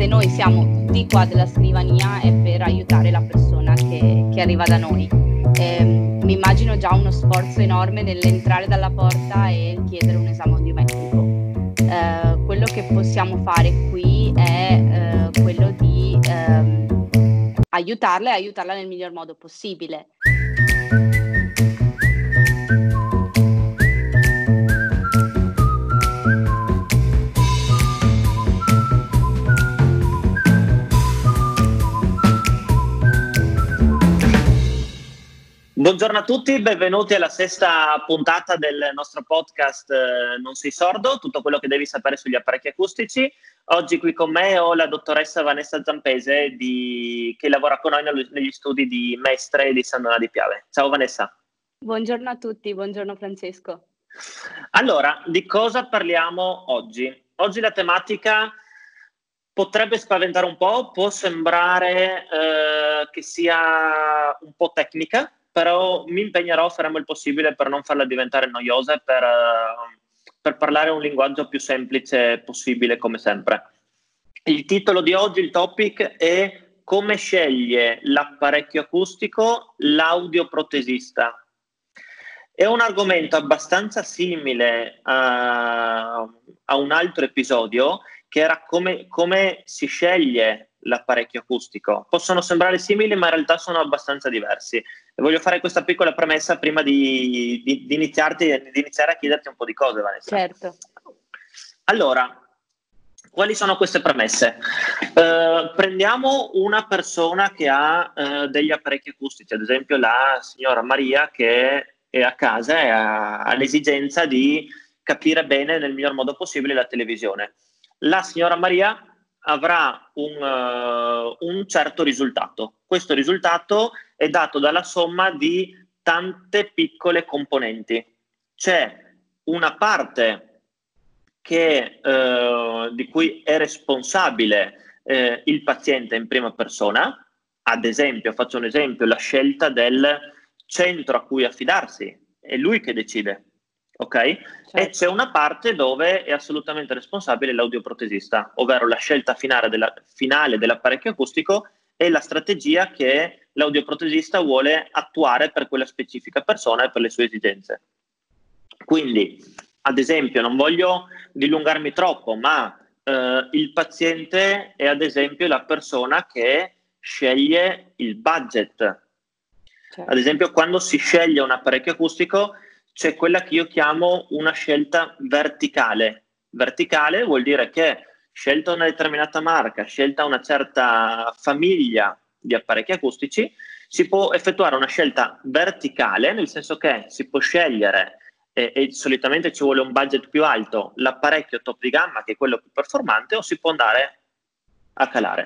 se noi siamo di qua della scrivania è per aiutare la persona che arriva da noi. Mi immagino già uno sforzo enorme nell'entrare dalla porta e chiedere un esame audiometrico. Quello che possiamo fare qui è quello di aiutarla e aiutarla nel miglior modo possibile. Buongiorno a tutti, benvenuti alla sesta puntata del nostro podcast Non sei sordo, tutto quello che devi sapere sugli apparecchi acustici. Oggi qui con me ho la dottoressa Vanessa Zampese che lavora con noi negli studi di Mestre di San Donà di Piave. Ciao Vanessa. Buongiorno a tutti, buongiorno Francesco. Allora, di cosa parliamo oggi? Oggi la tematica potrebbe spaventare un po', può sembrare che sia un po' tecnica, però mi impegnerò, faremo il possibile per non farla diventare noiosa, per parlare un linguaggio più semplice possibile, come sempre. Il titolo di oggi, il topic, è come sceglie l'apparecchio acustico l'audioprotesista. È un argomento abbastanza simile a un altro episodio, che era come si sceglie l'apparecchio acustico. Possono sembrare simili, ma in realtà sono abbastanza diversi. E voglio fare questa piccola premessa prima di iniziare a chiederti un po' di cose, Vanessa. Certo. Allora, quali sono queste premesse? Prendiamo una persona che ha degli apparecchi acustici, ad esempio la signora Maria che è a casa e ha l'esigenza di capire bene nel miglior modo possibile la televisione. La signora Maria avrà un certo risultato. Questo risultato è dato dalla somma di tante piccole componenti. C'è una parte di cui è responsabile il paziente in prima persona, ad esempio, faccio un esempio, la scelta del centro a cui affidarsi, è lui che decide. Ok? Certo. E c'è una parte dove è assolutamente responsabile l'audioprotesista, ovvero la scelta finale dell'apparecchio acustico e la strategia che l'audioprotesista vuole attuare per quella specifica persona e per le sue esigenze. Quindi, ad esempio, non voglio dilungarmi troppo, ma il paziente è ad esempio la persona che sceglie il budget. Certo. Ad esempio, quando si sceglie un apparecchio acustico c'è quella che io chiamo una scelta verticale. Verticale vuol dire che scelta una determinata marca, scelta una certa famiglia di apparecchi acustici, si può effettuare una scelta verticale, nel senso che si può scegliere, e solitamente ci vuole un budget più alto, l'apparecchio top di gamma, che è quello più performante, o si può andare a calare.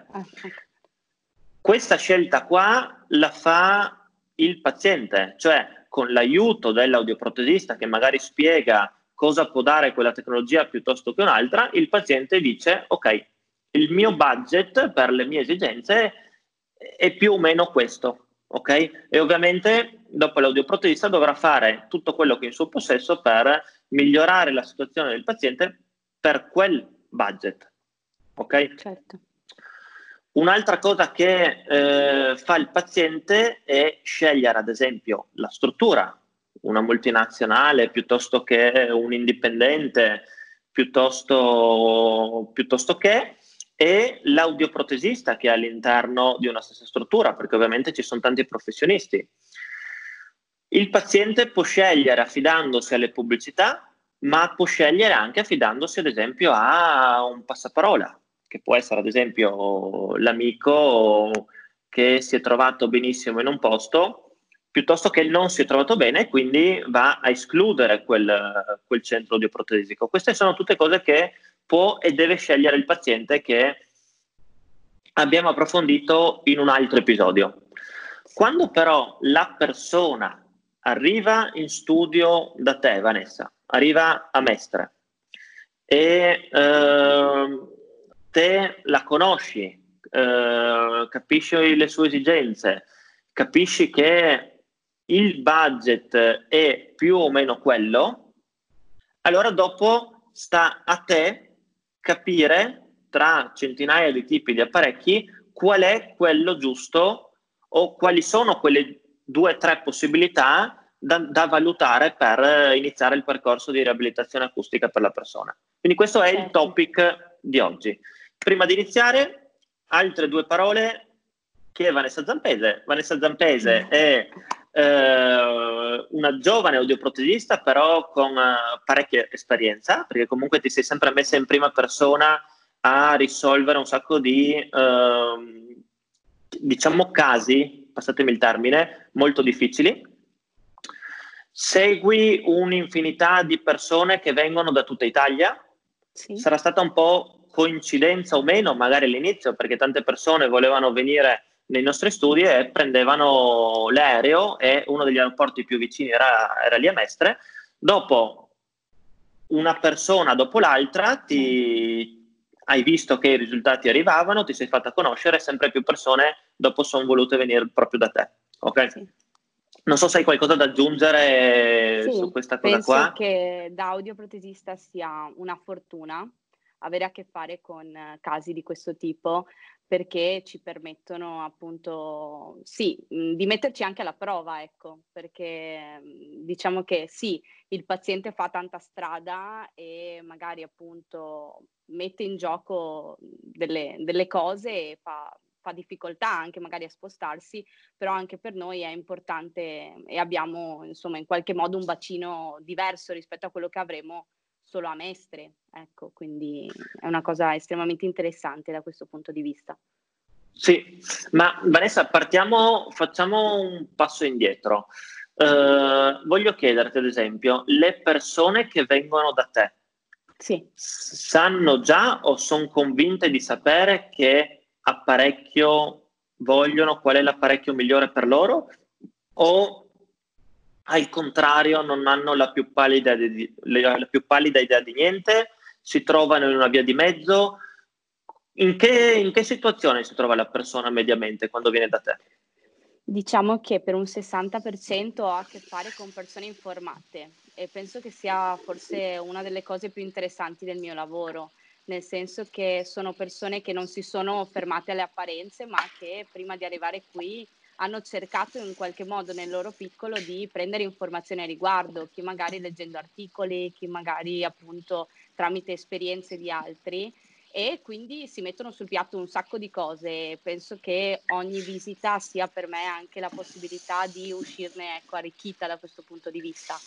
Questa scelta qua la fa il paziente, cioè con l'aiuto dell'audioprotesista che magari spiega cosa può dare quella tecnologia piuttosto che un'altra, il paziente dice: ok, il mio budget per le mie esigenze è più o meno questo, ok? E ovviamente dopo l'audioprotesista dovrà fare tutto quello che è in suo possesso per migliorare la situazione del paziente per quel budget, ok? Certo. Un'altra cosa che fa il paziente è scegliere, ad esempio, la struttura, una multinazionale piuttosto che un indipendente, piuttosto che, e l'audioprotesista che è all'interno di una stessa struttura, perché ovviamente ci sono tanti professionisti. Il paziente può scegliere affidandosi alle pubblicità, ma può scegliere anche affidandosi, ad esempio, a un passaparola, che può essere ad esempio l'amico che si è trovato benissimo in un posto, piuttosto che non si è trovato bene e quindi va a escludere quel centro audioprotesico. Queste sono tutte cose che può e deve scegliere il paziente, che abbiamo approfondito in un altro episodio. Quando però la persona arriva in studio da te, Vanessa, arriva a Mestre e te la conosci, capisci le sue esigenze, capisci che il budget è più o meno quello, allora dopo sta a te capire tra centinaia di tipi di apparecchi, qual è quello giusto o quali sono quelle 2 o 3 possibilità da valutare per iniziare il percorso di riabilitazione acustica per la persona. Quindi questo è il topic di oggi. Prima di iniziare, altre 2 parole. Chi è Vanessa Zampese? Vanessa Zampese è una giovane audioprotesista, però con parecchia esperienza, perché comunque ti sei sempre messa in prima persona a risolvere un sacco di diciamo casi, passatemi il termine, molto difficili. Segui un'infinità di persone che vengono da tutta Italia. Sì. Sarà stata un po' coincidenza o meno, magari all'inizio, perché tante persone volevano venire nei nostri studi e prendevano l'aereo, e uno degli aeroporti più vicini era lì a Mestre. Dopo una persona dopo l'altra hai visto che i risultati arrivavano, ti sei fatta conoscere, sempre più persone dopo sono volute venire proprio da te. Ok? Sì. Non so se hai qualcosa da aggiungere su questa cosa qua. Penso che da audioprotesista sia una fortuna avere a che fare con casi di questo tipo, perché ci permettono appunto, sì, di metterci anche alla prova, ecco, perché diciamo che sì, il paziente fa tanta strada e magari appunto mette in gioco delle cose e fa difficoltà anche magari a spostarsi, però anche per noi è importante e abbiamo insomma in qualche modo un bacino diverso rispetto a quello che avremo solo a Mestre, ecco, quindi è una cosa estremamente interessante da questo punto di vista. Sì, ma Vanessa, facciamo un passo indietro. Voglio chiederti, ad esempio, le persone che vengono da te, sì, sanno già o sono convinte di sapere che apparecchio vogliono, qual è l'apparecchio migliore per loro, o al contrario non hanno la più pallida idea di niente, si trovano in una via di mezzo? In che situazione si trova la persona mediamente quando viene da te? diciamo che per un 60% ho a che fare con persone informate e penso che sia forse una delle cose più interessanti del mio lavoro, nel senso che sono persone che non si sono fermate alle apparenze, ma che prima di arrivare qui hanno cercato in qualche modo nel loro piccolo di prendere informazioni a riguardo, chi magari leggendo articoli, chi magari appunto tramite esperienze di altri, e quindi si mettono sul piatto un sacco di cose. Penso che ogni visita sia per me anche la possibilità di uscirne, ecco, arricchita da questo punto di vista.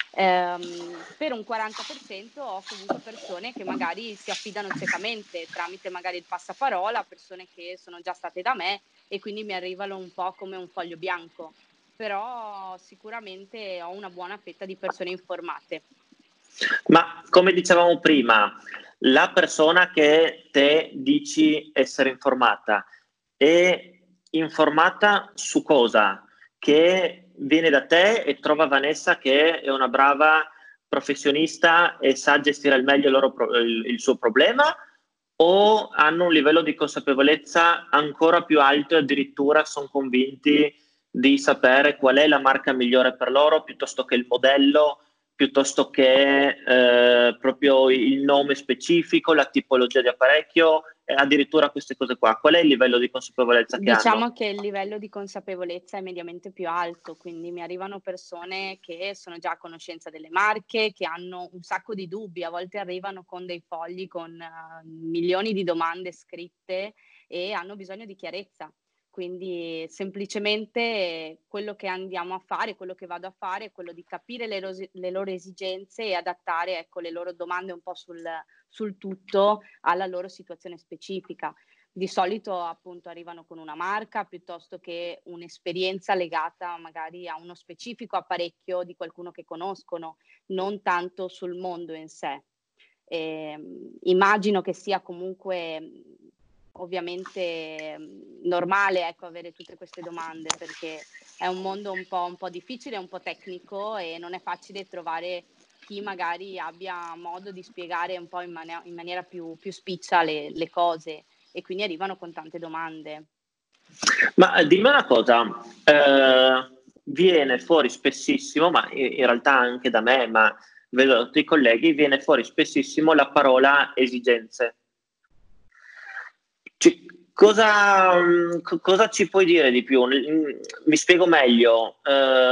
Per un 40% ho comunque persone che magari si affidano ciecamente tramite magari il passaparola, persone che sono già state da me e quindi mi arrivano un po' come un foglio bianco, però sicuramente ho una buona fetta di persone informate. Ma come dicevamo prima, la persona che te dici essere informata è informata su cosa? Che viene da te e trova Vanessa che è una brava professionista e sa gestire al meglio il suo problema, o hanno un livello di consapevolezza ancora più alto e addirittura sono convinti di sapere qual è la marca migliore per loro piuttosto che il modello, piuttosto che proprio il nome specifico, la tipologia di apparecchio, addirittura queste cose qua? Qual è il livello di consapevolezza che hanno? Diciamo che il livello di consapevolezza è mediamente più alto, quindi mi arrivano persone che sono già a conoscenza delle marche, che hanno un sacco di dubbi, a volte arrivano con dei fogli con milioni di domande scritte e hanno bisogno di chiarezza. Quindi semplicemente quello che andiamo a fare, quello che vado a fare è quello di capire le loro esigenze e adattare, ecco, le loro domande un po' sul tutto alla loro situazione specifica. Di solito appunto arrivano con una marca piuttosto che un'esperienza legata magari a uno specifico apparecchio di qualcuno che conoscono, non tanto sul mondo in sé. Immagino che sia comunque ovviamente normale, ecco, avere tutte queste domande, perché è un mondo un po' difficile, un po' tecnico e non è facile trovare chi magari abbia modo di spiegare un po' in maniera più spiccia le cose, e quindi arrivano con tante domande. Ma dimmi una cosa, viene fuori spessissimo, ma in realtà anche da me, ma vedo da tutti i colleghi, viene fuori spessissimo la parola esigenze. Cosa ci puoi dire di più? Mi spiego meglio.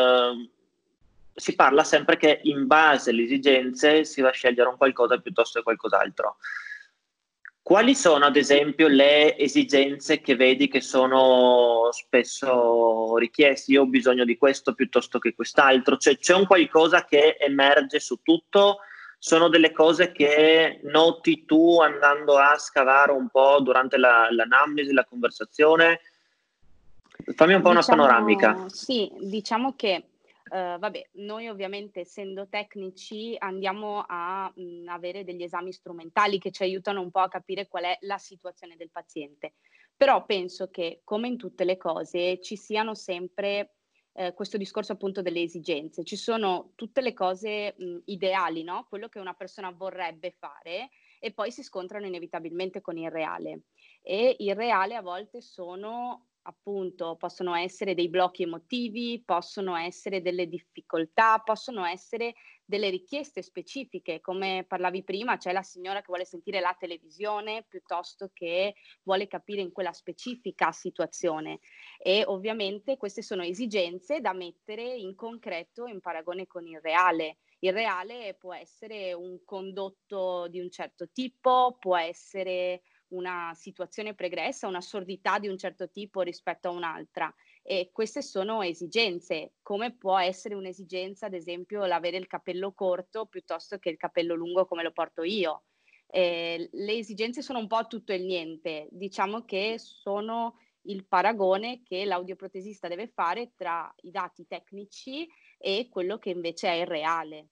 Si parla sempre che in base alle esigenze si va a scegliere un qualcosa piuttosto che qualcos'altro. Quali sono, ad esempio, le esigenze che vedi che sono spesso richieste? Io ho bisogno di questo piuttosto che quest'altro. Cioè, c'è un qualcosa che emerge su tutto? Sono delle cose che noti tu andando a scavare un po' durante l'anamnesi, la conversazione? Fammi un po' una panoramica. Sì, diciamo che vabbè, noi ovviamente essendo tecnici andiamo a avere degli esami strumentali che ci aiutano un po' a capire qual è la situazione del paziente. Però penso che, come in tutte le cose, ci siano sempre questo discorso appunto delle esigenze. Ci sono tutte le cose ideali, no? Quello che una persona vorrebbe fare e poi si scontrano inevitabilmente con il reale. E il reale a volte sono appunto, possono essere dei blocchi emotivi, possono essere delle difficoltà, possono essere delle richieste specifiche, come parlavi prima, c'è la signora che vuole sentire la televisione piuttosto che vuole capire in quella specifica situazione e ovviamente queste sono esigenze da mettere in concreto in paragone con il reale. Il reale può essere un condotto di un certo tipo, può essere una situazione pregressa, un'assurdità di un certo tipo rispetto a un'altra e queste sono esigenze, come può essere un'esigenza ad esempio l'avere il capello corto piuttosto che il capello lungo come lo porto io. Le esigenze sono un po' tutto e il niente, diciamo che sono il paragone che l'audioprotesista deve fare tra i dati tecnici e quello che invece è il reale.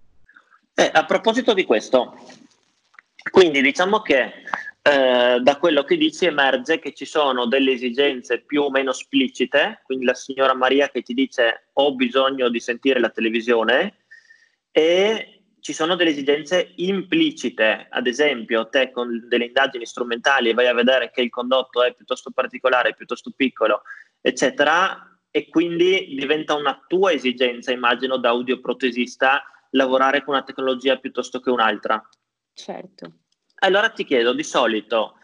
A proposito di questo, quindi diciamo che da quello che dici emerge che ci sono delle esigenze più o meno esplicite, quindi la signora Maria che ti dice ho bisogno di sentire la televisione, e ci sono delle esigenze implicite, ad esempio te con delle indagini strumentali vai a vedere che il condotto è piuttosto particolare, piuttosto piccolo, eccetera, e quindi diventa una tua esigenza, immagino, da audioprotesista lavorare con una tecnologia piuttosto che un'altra. Certo. Allora ti chiedo, di solito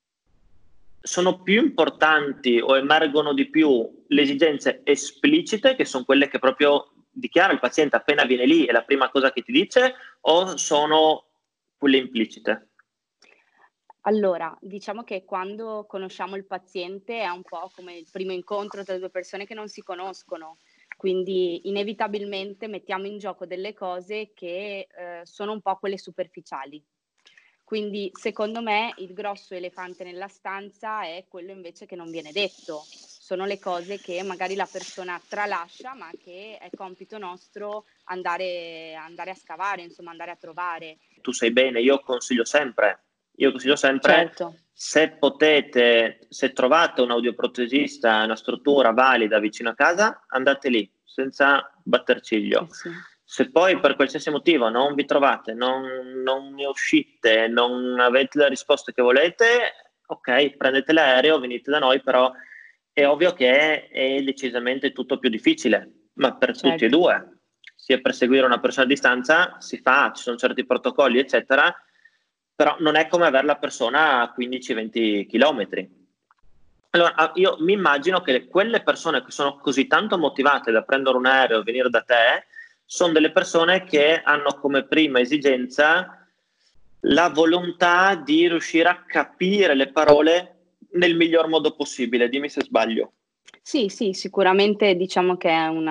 sono più importanti o emergono di più le esigenze esplicite, che sono quelle che proprio dichiara il paziente appena viene lì, è la prima cosa che ti dice, o sono quelle implicite? Allora, diciamo che quando conosciamo il paziente è un po' come il primo incontro tra due persone che non si conoscono, quindi inevitabilmente mettiamo in gioco delle cose che sono un po' quelle superficiali. Quindi secondo me il grosso elefante nella stanza è quello invece che non viene detto. Sono le cose che magari la persona tralascia, ma che è compito nostro andare a scavare, insomma, andare a trovare. Tu sai bene, io consiglio sempre, Certo. se potete, se trovate un audioprotesista, una struttura valida vicino a casa, andate lì, senza batter ciglio. Sì. Se poi per qualsiasi motivo non vi trovate, non ne uscite, non avete la risposta che volete, ok, prendete l'aereo, venite da noi, però è ovvio che è decisamente tutto più difficile, ma per tutti e due, sia per seguire una persona a distanza si fa, ci sono certi protocolli, eccetera, però non è come avere la persona a 15-20 chilometri. Allora, io mi immagino che quelle persone che sono così tanto motivate da prendere un aereo e venire da te, sono delle persone che hanno come prima esigenza la volontà di riuscire a capire le parole nel miglior modo possibile. Dimmi se sbaglio. Sì, sicuramente diciamo che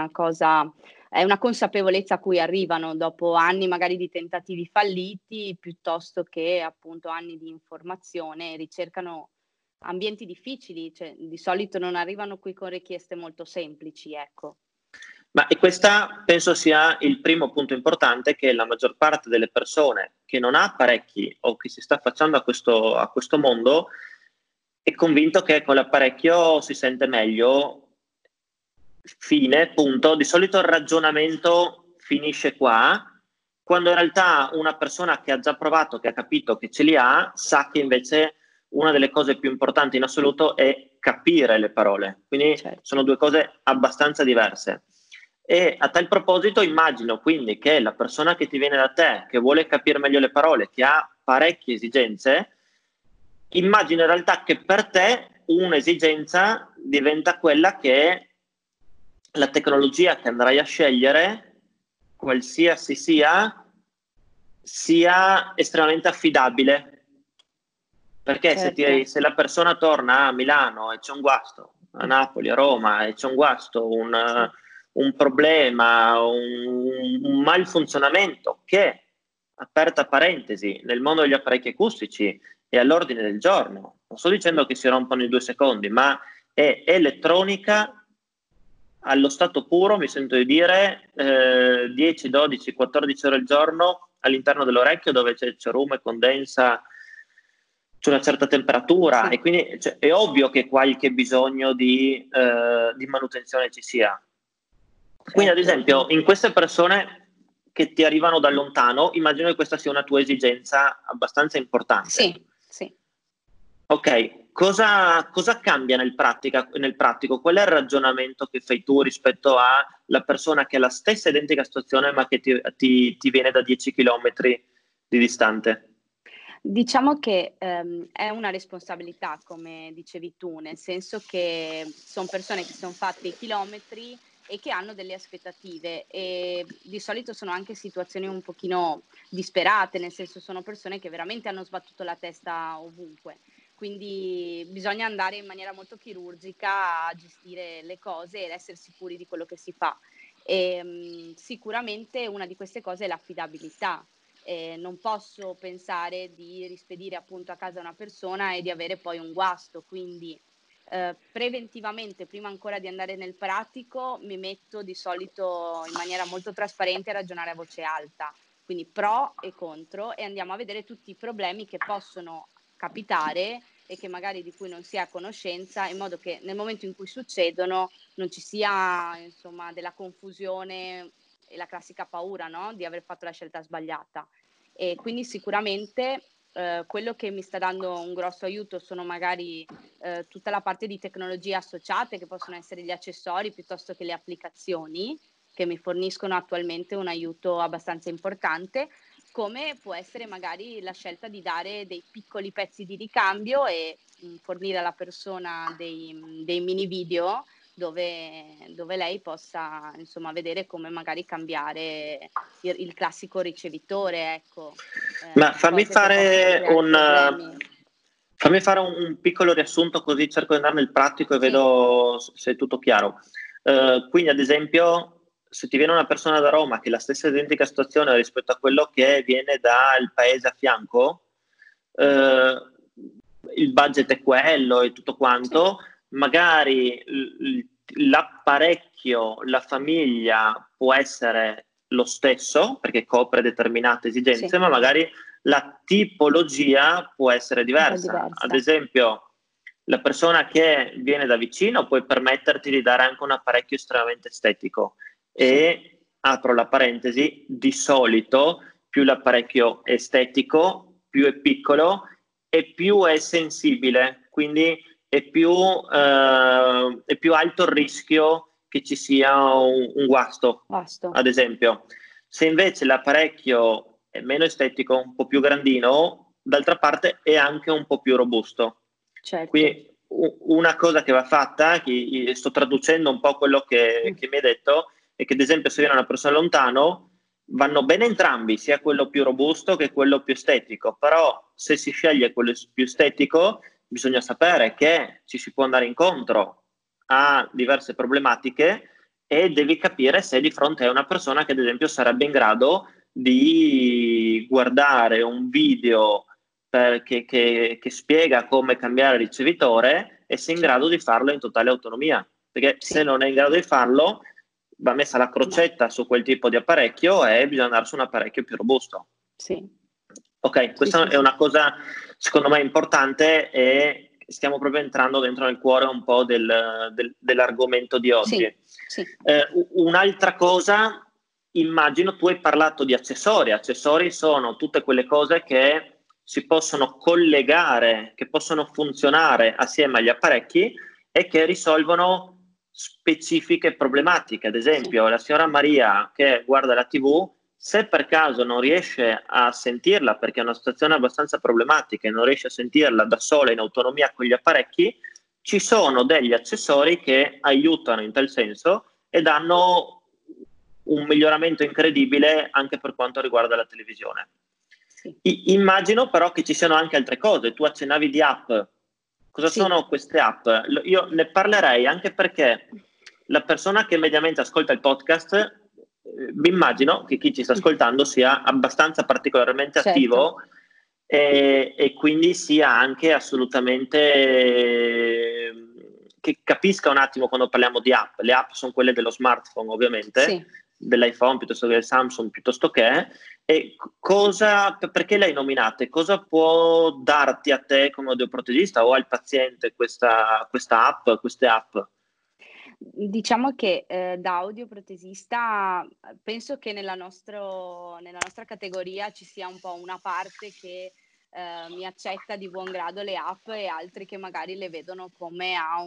è una consapevolezza a cui arrivano dopo anni magari di tentativi falliti, piuttosto che appunto anni di informazione, ricercano ambienti difficili, cioè di solito non arrivano qui con richieste molto semplici, ecco. Ma e questa penso sia il primo punto importante, che la maggior parte delle persone che non ha apparecchi o che si sta affacciando a questo mondo è convinto che con l'apparecchio si sente meglio, fine, punto. Di solito il ragionamento finisce qua, quando in realtà una persona che ha già provato, che ha capito che ce li ha, sa che invece una delle cose più importanti in assoluto è capire le parole. Quindi sono due cose abbastanza diverse. E a tal proposito immagino quindi che la persona che ti viene da te, che vuole capire meglio le parole, che ha parecchie esigenze, immagina in realtà che per te un'esigenza diventa quella che la tecnologia che andrai a scegliere, qualsiasi sia estremamente affidabile. Perché Certo. se la persona torna a Milano e c'è un guasto, a Napoli, a Roma, e c'è un guasto, un problema, un malfunzionamento che, aperta parentesi, nel mondo degli apparecchi acustici è all'ordine del giorno. Non sto dicendo che si rompono in 2 secondi, ma è elettronica allo stato puro, mi sento di dire, 10, 12, 14 ore al giorno all'interno dell'orecchio, dove c'è cerume, condensa, c'è una certa temperatura, Sì. e quindi è ovvio che qualche bisogno di manutenzione ci sia. Quindi ad esempio in queste persone che ti arrivano da lontano, immagino che questa sia una tua esigenza abbastanza importante. Sì. Ok, cosa cambia nel pratico? Qual è il ragionamento che fai tu rispetto alla persona che ha la stessa identica situazione ma che ti viene da 10 chilometri di distante? Diciamo che è una responsabilità, come dicevi tu, nel senso che sono persone che sono fatte i chilometri e che hanno delle aspettative, e di solito sono anche situazioni un pochino disperate, nel senso sono persone che veramente hanno sbattuto la testa ovunque. Quindi bisogna andare in maniera molto chirurgica a gestire le cose ed essere sicuri di quello che si fa. E sicuramente una di queste cose è l'affidabilità. Non posso pensare di rispedire appunto a casa una persona e di avere poi un guasto, quindi preventivamente, prima ancora di andare nel pratico, mi metto di solito in maniera molto trasparente a ragionare a voce alta, quindi pro e contro, e andiamo a vedere tutti i problemi che possono capitare e che magari di cui non si è a conoscenza, in modo che nel momento in cui succedono non ci sia, insomma, della confusione e la classica paura, no? Di aver fatto la scelta sbagliata. E quindi sicuramente quello che mi sta dando un grosso aiuto sono magari tutta la parte di tecnologie associate, che possono essere gli accessori piuttosto che le applicazioni, che mi forniscono attualmente un aiuto abbastanza importante, come può essere magari la scelta di dare dei piccoli pezzi di ricambio e fornire alla persona dei mini video dove lei possa, insomma, vedere come magari cambiare il classico ricevitore, ecco, Ma fammi cose che possono fare creare problemi. un piccolo riassunto, così cerco di andare nel pratico e Sì, vedo se è tutto chiaro. Quindi, ad esempio, se ti viene una persona da Roma che ha la stessa identica situazione rispetto a quello che viene dal paese a fianco, il budget è quello e tutto quanto, magari l'apparecchio, la famiglia può essere lo stesso perché copre determinate esigenze, sì, ma magari la tipologia può essere un po' diversa. Ad diversa. esempio, la persona che viene da vicino puoi permetterti di dare anche un apparecchio estremamente estetico, Sì, e apro la parentesi, di solito più l'apparecchio è estetico, più è piccolo e più è sensibile, quindi è più alto il rischio che ci sia un guasto. basto. Ad esempio, se invece l'apparecchio è meno estetico, un po' più grandino, d'altra parte è anche un po' più robusto. Certo. Quindi una cosa che va fatta, che sto traducendo un po' quello che mi hai detto, è che ad esempio se viene una persona lontano, vanno bene entrambi, sia quello più robusto che quello più estetico, però se si sceglie quello più estetico bisogna sapere che ci si può andare incontro a diverse problematiche, e devi capire se di fronte a una persona che ad esempio sarebbe in grado di guardare un video che spiega come cambiare ricevitore, e se è in Sì, grado di farlo in totale autonomia, perché se sì, non è in grado di farlo va messa la no, crocetta su quel tipo di apparecchio e bisogna andare su un apparecchio più robusto. sì, Ok, sì, questa sì, è sì. una cosa secondo me importante, e stiamo proprio entrando dentro nel cuore un po' dell'argomento di oggi. Sì, sì, Un'altra cosa, immagino tu hai parlato di accessori. Accessori sono tutte quelle cose che si possono collegare, che possono funzionare assieme agli apparecchi e che risolvono specifiche problematiche. Ad sì, esempio, la signora Maria che guarda la TV Se per caso non riesce a sentirla, perché è una situazione abbastanza problematica e non riesce a sentirla da sola in autonomia con gli apparecchi, ci sono degli accessori che aiutano in tal senso e danno un miglioramento incredibile anche per quanto riguarda la televisione. Sì. Immagino però che ci siano anche altre cose. Tu accennavi di app. Cosa Sì. sono queste app? Io ne parlerei anche perché la persona che mediamente ascolta il podcast, mi immagino che chi ci sta ascoltando sia abbastanza particolarmente Certo. attivo e quindi sia anche assolutamente che capisca un attimo quando parliamo di app. Le app sono quelle dello smartphone, ovviamente, Sì. dell'iPhone piuttosto che del Samsung, piuttosto che. E perché le hai nominate? Cosa può darti a te come audioprotesista o al paziente questa app, queste app? Diciamo che da audioprotesista penso che nella nostra categoria ci sia un po' una parte che mi accetta di buon grado le app e altri che magari le vedono come a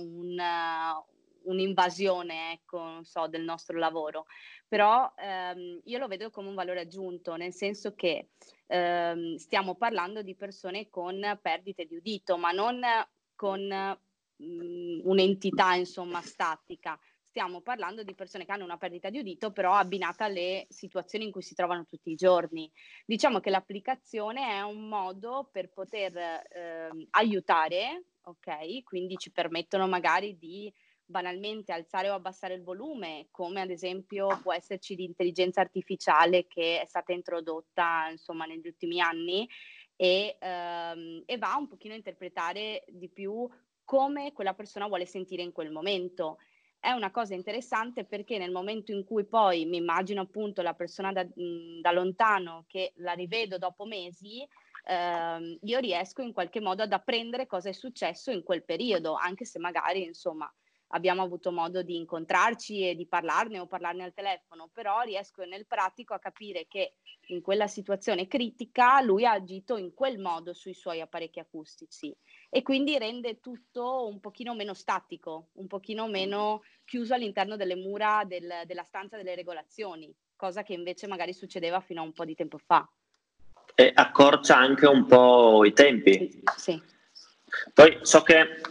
un'invasione, ecco, non so, del nostro lavoro. Però io lo vedo come un valore aggiunto, nel senso che stiamo parlando di persone con perdite di udito, ma non con un'entità insomma statica. Stiamo parlando di persone che hanno una perdita di udito, però abbinata alle situazioni in cui si trovano tutti i giorni. Diciamo che l'applicazione è un modo per poter aiutare, ok? Quindi ci permettono magari di banalmente alzare o abbassare il volume, come ad esempio può esserci l'intelligenza artificiale che è stata introdotta insomma negli ultimi anni e va un pochino a interpretare di più come quella persona vuole sentire in quel momento. È una cosa interessante perché nel momento in cui poi mi immagino appunto la persona da lontano che la rivedo dopo mesi, io riesco in qualche modo ad apprendere cosa è successo in quel periodo, anche se magari insomma abbiamo avuto modo di incontrarci e di parlarne o parlarne al telefono, però riesco nel pratico a capire che in quella situazione critica lui ha agito in quel modo sui suoi apparecchi acustici e quindi rende tutto un pochino meno statico, un pochino meno chiuso all'interno delle mura della stanza delle regolazioni, cosa che invece magari succedeva fino a un po' di tempo fa. E accorcia anche un po' i tempi. Sì. Poi so che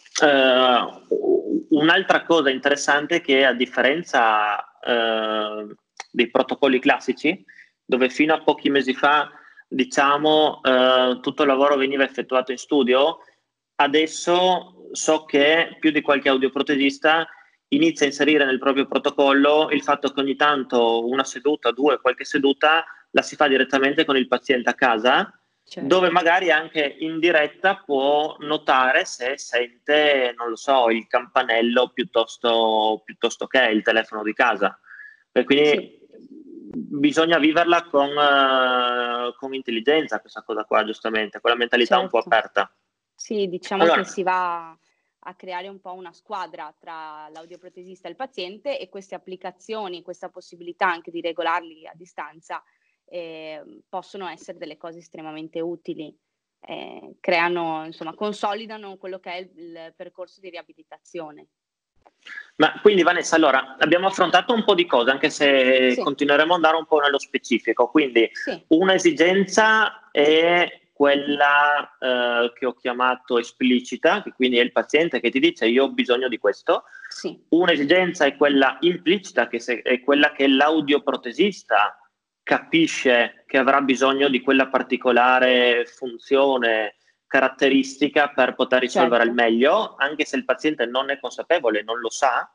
un'altra cosa interessante è che a differenza dei protocolli classici, dove fino a pochi mesi fa diciamo tutto il lavoro veniva effettuato in studio, adesso so che più di qualche audioprotesista inizia a inserire nel proprio protocollo il fatto che ogni tanto una seduta, due, qualche seduta la si fa direttamente con il paziente a casa, Certo. dove magari anche in diretta può notare se sente, non lo so, il campanello piuttosto che il telefono di casa. E quindi Sì. bisogna viverla con intelligenza questa cosa qua, giustamente, con la mentalità un po' Certo. aperta. Sì, diciamo Allora, che si va a creare un po' una squadra tra l'audioprotesista e il paziente e queste applicazioni, questa possibilità anche di regolarli a distanza possono essere delle cose estremamente utili. Creano, insomma, consolidano quello che è il percorso di riabilitazione. ma quindi Vanessa, allora abbiamo affrontato un po' di cose, anche se Sì. continueremo ad andare un po' nello specifico. Quindi Sì. un'esigenza è quella che ho chiamato esplicita, che quindi è il paziente che ti dice io ho bisogno di questo. Sì. Un'esigenza è quella implicita, che è quella che l'audioprotesista capisce che avrà bisogno di quella particolare funzione caratteristica per poter risolvere al meglio, anche se il paziente non è consapevole, non lo sa.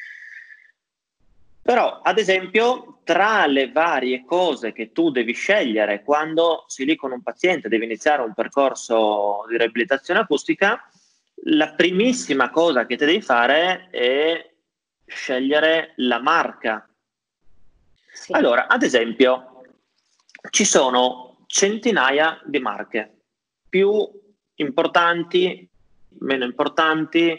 Però, ad esempio, tra le varie cose che tu devi scegliere quando sei lì con un paziente, devi iniziare un percorso di riabilitazione acustica, la primissima cosa che ti devi fare è scegliere la marca. Sì. Allora, ad esempio, ci sono centinaia di marche, più importanti, meno importanti.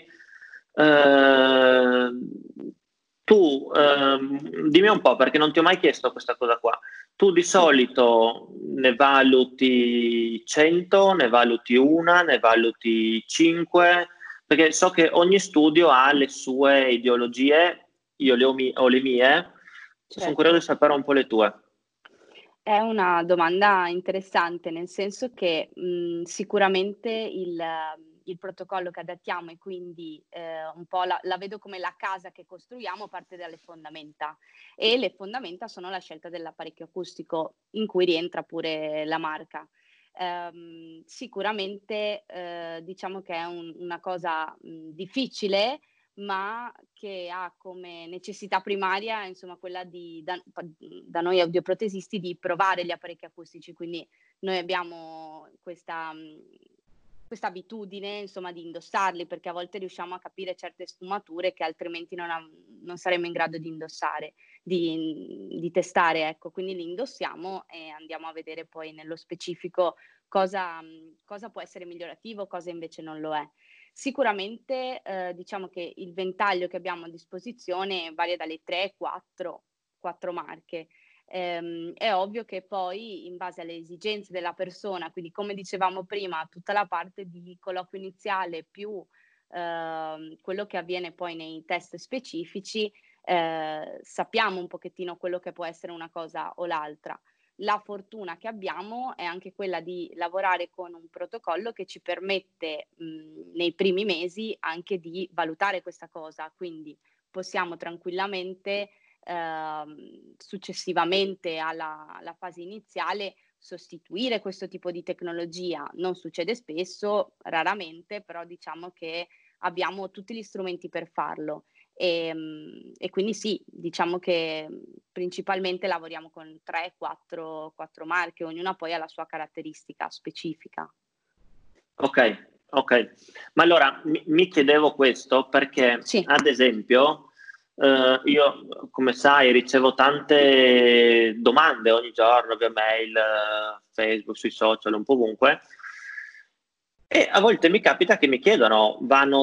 Dimmi un po', perché non ti ho mai chiesto questa cosa qua. Tu di solito ne valuti 100, ne valuti una, ne valuti 5, perché so che ogni studio ha le sue ideologie, io ho le mie, sono curioso di sapere un po' le tue. È una domanda interessante, nel senso che, sicuramente il protocollo che adattiamo e quindi, un po' la vedo come la casa che costruiamo parte dalle fondamenta e le fondamenta sono la scelta dell'apparecchio acustico, in cui rientra pure la marca. Sicuramente, diciamo che è una cosa, difficile, ma che ha come necessità primaria, insomma, quella di da noi audioprotesisti di provare gli apparecchi acustici. Quindi noi abbiamo questa abitudine, insomma, di indossarli, perché a volte riusciamo a capire certe sfumature che altrimenti non saremmo in grado di indossare, di testare, ecco. Quindi li indossiamo e andiamo a vedere poi nello specifico cosa può essere migliorativo, cosa invece non lo è. Sicuramente, diciamo che il ventaglio che abbiamo a disposizione varia dalle 3, 4 marche. È ovvio che poi in base alle esigenze della persona, quindi come dicevamo prima, tutta la parte di colloquio iniziale più, quello che avviene poi nei test specifici, sappiamo un pochettino quello che può essere una cosa o l'altra. La fortuna che abbiamo è anche quella di lavorare con un protocollo che ci permette, nei primi mesi anche di valutare questa cosa, quindi possiamo tranquillamente, successivamente alla fase iniziale, sostituire questo tipo di tecnologia. Non succede spesso, raramente, però diciamo che abbiamo tutti gli strumenti per farlo. E quindi sì, diciamo che, principalmente lavoriamo con 3, 4 marche, ognuna poi ha la sua caratteristica specifica. Ok, ok. Ma allora mi chiedevo questo perché, Sì, ad esempio, io, come sai, ricevo tante domande ogni giorno via mail, Facebook, sui social, un po' ovunque. E a volte mi capita che mi chiedono,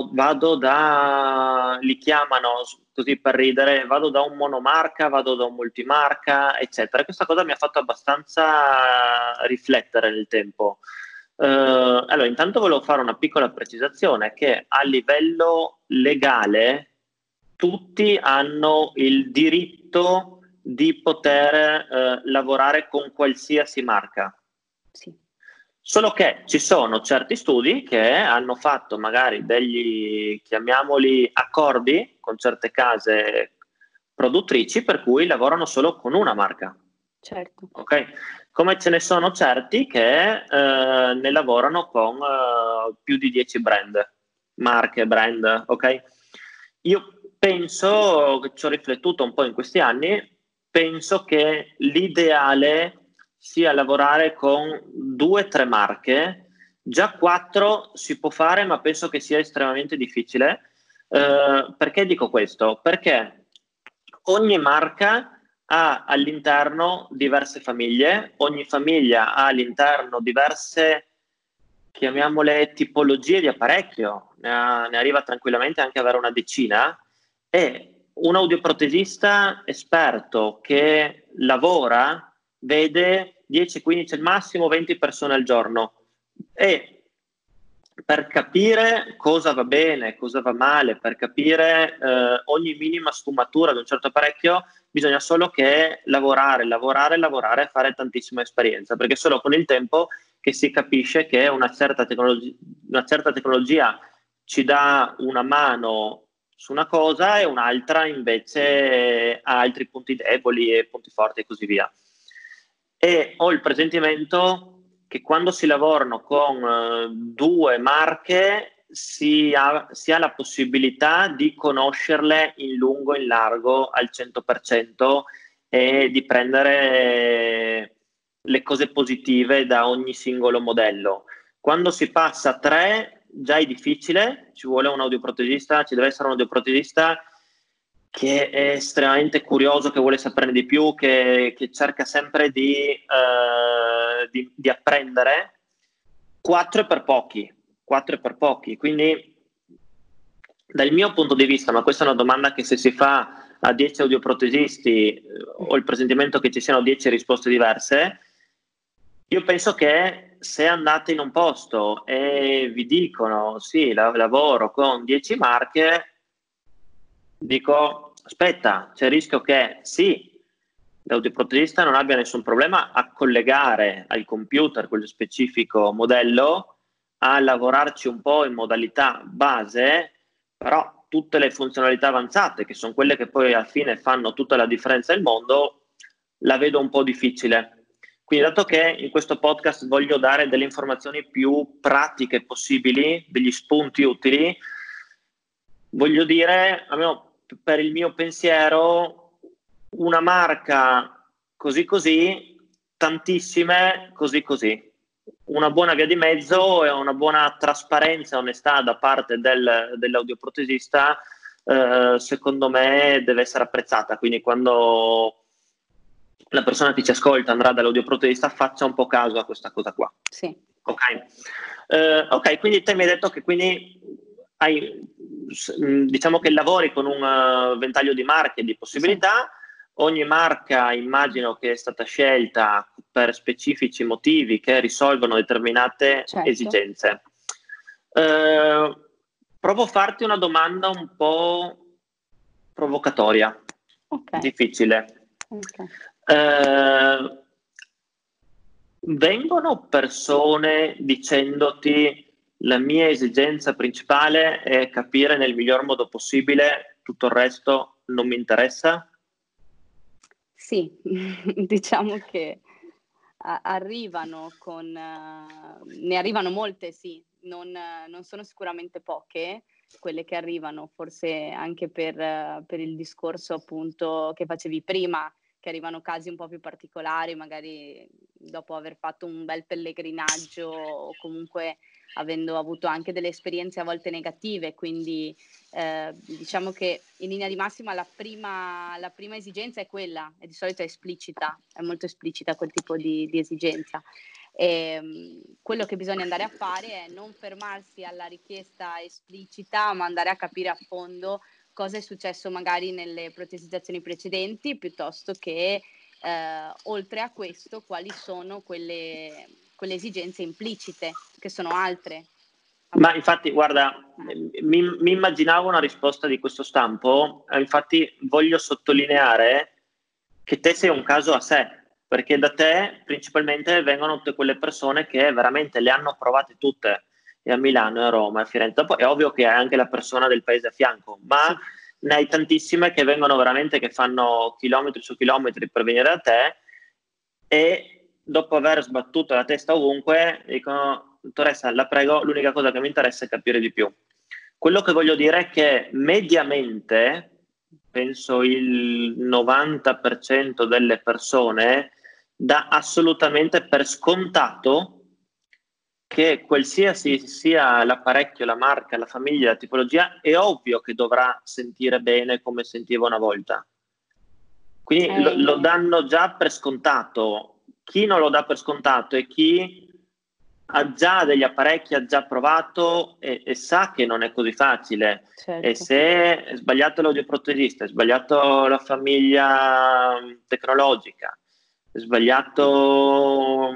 li chiamano così per ridere, vado da un monomarca, vado da un multimarca, eccetera. Questa cosa mi ha fatto abbastanza riflettere nel tempo. Allora, intanto volevo fare una piccola precisazione, che a livello legale tutti hanno il diritto di poter lavorare con qualsiasi marca. sì, Solo che ci sono certi studi che hanno fatto magari degli, chiamiamoli, accordi con certe case produttrici per cui lavorano solo con una marca. certo. Ok? Come ce ne sono certi che ne lavorano con più di 10 brand, marche, brand, ok? Io penso, che ci ho riflettuto un po' in questi anni, penso che l'ideale sia lavorare con 2 o 3 marche, già 4 si può fare, ma penso che sia estremamente difficile. Perché dico questo? Perché ogni marca ha all'interno diverse famiglie, ogni famiglia ha all'interno diverse, chiamiamole, tipologie di apparecchio, ne arriva tranquillamente anche ad avere una decina, e un audioprotesista esperto che lavora vede 10, 15 al massimo 20 persone al giorno, e per capire cosa va bene, cosa va male, per capire ogni minima sfumatura di un certo apparecchio, bisogna solo che lavorare, lavorare, fare tantissima esperienza, perché solo con il tempo che si capisce che una certa tecnologia ci dà una mano su una cosa e un'altra invece ha altri punti deboli e punti forti e così via. E ho il presentimento che quando si lavorano con 2 marche si ha la possibilità di conoscerle in lungo e in largo al 100% e di prendere le cose positive da ogni singolo modello. Quando si passa a 3 già è difficile, ci vuole un audioprotesista, ci deve essere un audioprotesista che è estremamente curioso, che vuole saperne di più, che cerca sempre di apprendere. 4 è per pochi, 4 è per pochi, quindi dal mio punto di vista, ma questa è una domanda che se si fa a 10 audioprotesisti ho il presentimento che ci siano 10 risposte diverse. Io penso che se andate in un posto e vi dicono sì, lavoro con 10 marche, dico aspetta, c'è il rischio che sì, l'audioprotesista non abbia nessun problema a collegare al computer quel specifico modello, a lavorarci un po' in modalità base, però tutte le funzionalità avanzate, che sono quelle che poi alla fine fanno tutta la differenza del mondo, la vedo un po' difficile. Quindi, dato che in questo podcast voglio dare delle informazioni più pratiche possibili, degli spunti utili, voglio dire, almeno per il mio pensiero, una marca così così, tantissime così così. Una buona via di mezzo e una buona trasparenza e onestà da parte dell'audioprotesista, secondo me deve essere apprezzata. Quindi quando la persona che ci ascolta andrà dall'audioprotesista, faccia un po' caso a questa cosa qua. Sì. Ok, quindi te mi hai detto che quindi diciamo che lavori con un ventaglio di marche e di possibilità. Sì. Ogni marca immagino che è stata scelta per specifici motivi che risolvono determinate esigenze. Provo a farti una domanda un po' provocatoria, difficile. Vengono persone dicendoti: la mia esigenza principale è capire nel miglior modo possibile, tutto il resto non mi interessa? Sì, diciamo che arrivano ne arrivano molte, sì, non sono sicuramente poche quelle che arrivano, forse anche per il discorso appunto che facevi prima, che arrivano casi un po' più particolari, magari dopo aver fatto un bel pellegrinaggio o comunque avendo avuto anche delle esperienze a volte negative, quindi diciamo che in linea di massima la prima esigenza è quella, e di solito è esplicita, è molto esplicita quel tipo di esigenza. Quello che bisogna andare a fare è non fermarsi alla richiesta esplicita, ma andare a capire a fondo cosa è successo magari nelle protesizzazioni precedenti, piuttosto che oltre a questo quali sono quelle esigenze implicite, che sono altre. Ma infatti, guarda, mi immaginavo una risposta di questo stampo, infatti voglio sottolineare che te sei un caso a sé, perché da te principalmente vengono tutte quelle persone che veramente le hanno provate tutte, e a Milano, e a Roma, e a Firenze. Poi è ovvio che hai anche la persona del paese a fianco, ma ne hai tantissime che vengono veramente, che fanno chilometri su chilometri per venire da te, e dopo aver sbattuto la testa ovunque dicono: dottoressa, la prego, l'unica cosa che mi interessa è capire di più. Quello che voglio dire è che mediamente, penso il 90% delle persone dà assolutamente per scontato che qualsiasi sia l'apparecchio, la marca, la famiglia, la tipologia, è ovvio che dovrà sentire bene come sentiva una volta. Quindi lo danno già per scontato. Chi non lo dà per scontato è chi ha già degli apparecchi, ha già provato e sa che non è così facile. Certo. E se è sbagliato l'audioprotesista, è sbagliato la famiglia tecnologica, è sbagliato,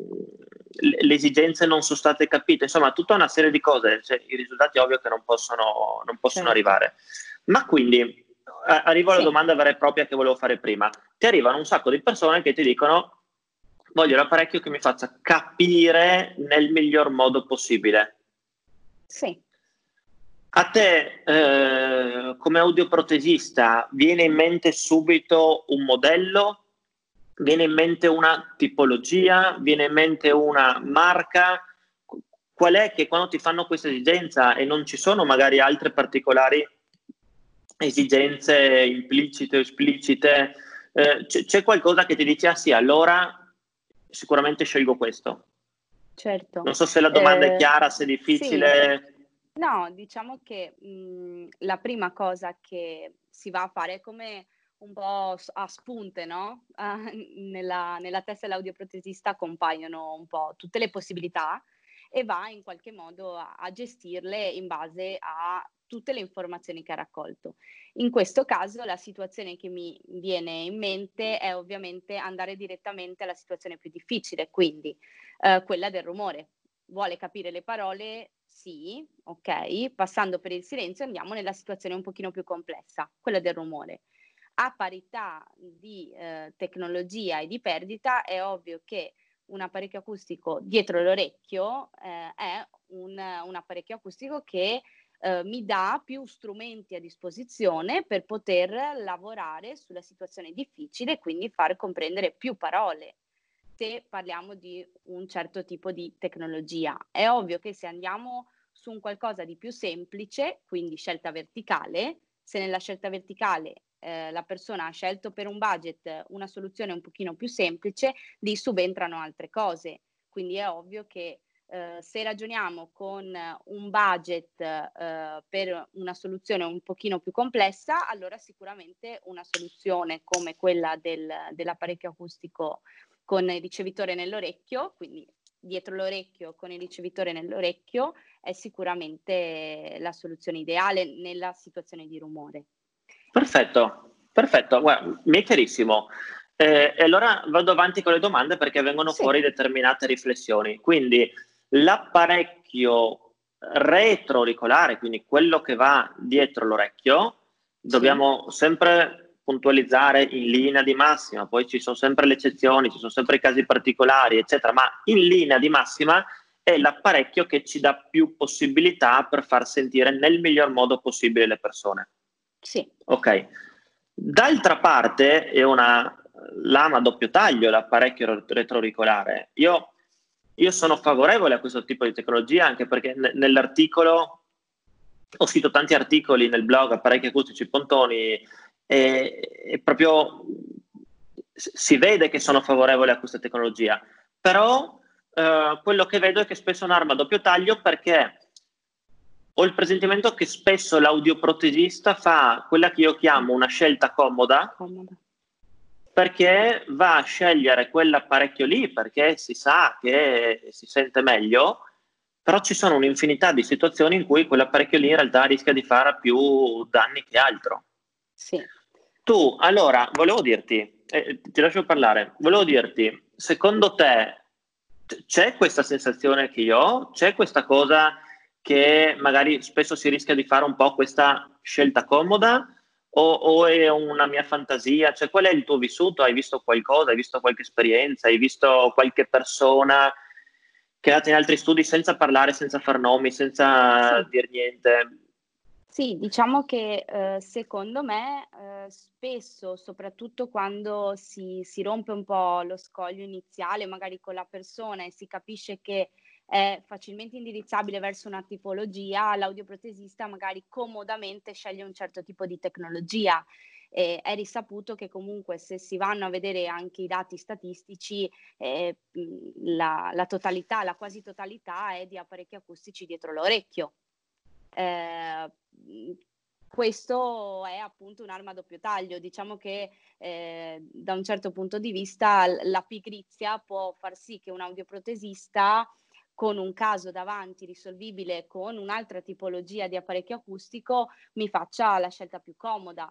le esigenze non sono state capite, insomma tutta una serie di cose, cioè, i risultati ovvio che non possono certo. arrivare. Ma quindi arrivo alla domanda vera e propria che volevo fare prima. Ti arrivano un sacco di persone che ti dicono: voglio l'apparecchio che mi faccia capire nel miglior modo possibile. Sì. A te, come audioprotesista, viene in mente subito un modello? Viene in mente una tipologia? Viene in mente una marca? Qual è che quando ti fanno questa esigenza e non ci sono magari altre particolari esigenze implicite o esplicite, c'è qualcosa che ti dice: ah sì, allora sicuramente scelgo questo? Certo. Non so se la domanda è chiara, se è difficile. Sì. No, diciamo che la prima cosa che si va a fare è come un po' a spunte, no? Nella testa dell'audioprotesista compaiono un po' tutte le possibilità e va in qualche modo a gestirle in base a tutte le informazioni che ha raccolto. In questo caso la situazione che mi viene in mente è ovviamente andare direttamente alla situazione più difficile, quindi quella del rumore. Vuole capire le parole? Sì, ok. Passando per il silenzio andiamo nella situazione un pochino più complessa, quella del rumore. a parità di tecnologia e di perdita, è ovvio che un apparecchio acustico dietro l'orecchio è un apparecchio acustico che mi dà più strumenti a disposizione per poter lavorare sulla situazione difficile e quindi far comprendere più parole, se parliamo di un certo tipo di tecnologia. È ovvio che se andiamo su un qualcosa di più semplice, quindi scelta verticale, se nella scelta verticale la persona ha scelto per un budget una soluzione un pochino più semplice, lì subentrano altre cose. Quindi è ovvio che se ragioniamo con un budget per una soluzione un pochino più complessa, allora sicuramente una soluzione come quella dell'apparecchio acustico con il ricevitore nell'orecchio, quindi dietro l'orecchio con il ricevitore nell'orecchio, è sicuramente la soluzione ideale nella situazione di rumore. Perfetto, perfetto, guarda, mi è chiarissimo. E allora vado avanti con le domande perché vengono Sì, fuori determinate riflessioni. Quindi l'apparecchio retroauricolare, quindi quello che va dietro l'orecchio, sì, dobbiamo sempre puntualizzare in linea di massima, poi ci sono sempre le eccezioni, ci sono sempre i casi particolari, eccetera, ma in linea di massima è l'apparecchio che ci dà più possibilità per far sentire nel miglior modo possibile le persone. sì, Ok. D'altra parte è una lama a doppio taglio l'apparecchio retroauricolare. Io sono favorevole a questo tipo di tecnologia anche perché nell'articolo ho scritto tanti articoli nel blog Apparecchi Acustici Pontoni e proprio si vede che sono favorevole a questa tecnologia, però quello che vedo è che spesso è un'arma a doppio taglio perché ho il presentimento che spesso l'audioprotesista fa quella che io chiamo una scelta comoda comoda. perché va a scegliere quell'apparecchio lì perché si sa che si sente meglio, però ci sono un'infinità di situazioni in cui quell'apparecchio lì in realtà rischia di fare più danni che altro. Sì. Tu, allora, volevo dirti, ti lascio parlare, volevo dirti, secondo te c'è questa sensazione che io ho? C'è questa cosa che magari spesso si rischia di fare un po' questa scelta comoda? O è una mia fantasia? Cioè, qual è il tuo vissuto? Hai visto qualcosa? Hai visto qualche esperienza? Hai visto qualche persona che è andata in altri studi senza parlare, senza far nomi, senza Sì. dir niente? Sì, diciamo che, secondo me, spesso, soprattutto quando si rompe un po' lo scoglio iniziale, magari con la persona e si capisce che è facilmente indirizzabile verso una tipologia, l'audioprotesista magari comodamente sceglie un certo tipo di tecnologia. È risaputo che comunque se si vanno a vedere anche i dati statistici, la totalità, la quasi totalità è di apparecchi acustici dietro l'orecchio. Mhmm, Questo è appunto un'arma a doppio taglio. Diciamo che, da un certo punto di vista la pigrizia può far sì che un audioprotesista, con un caso davanti risolvibile con un'altra tipologia di apparecchio acustico, mi faccia la scelta più comoda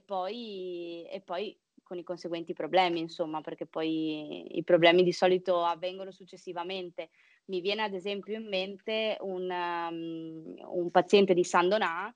e poi con i conseguenti problemi insomma, perché poi i problemi di solito avvengono successivamente. Mi viene ad esempio in mente un paziente di San Donà,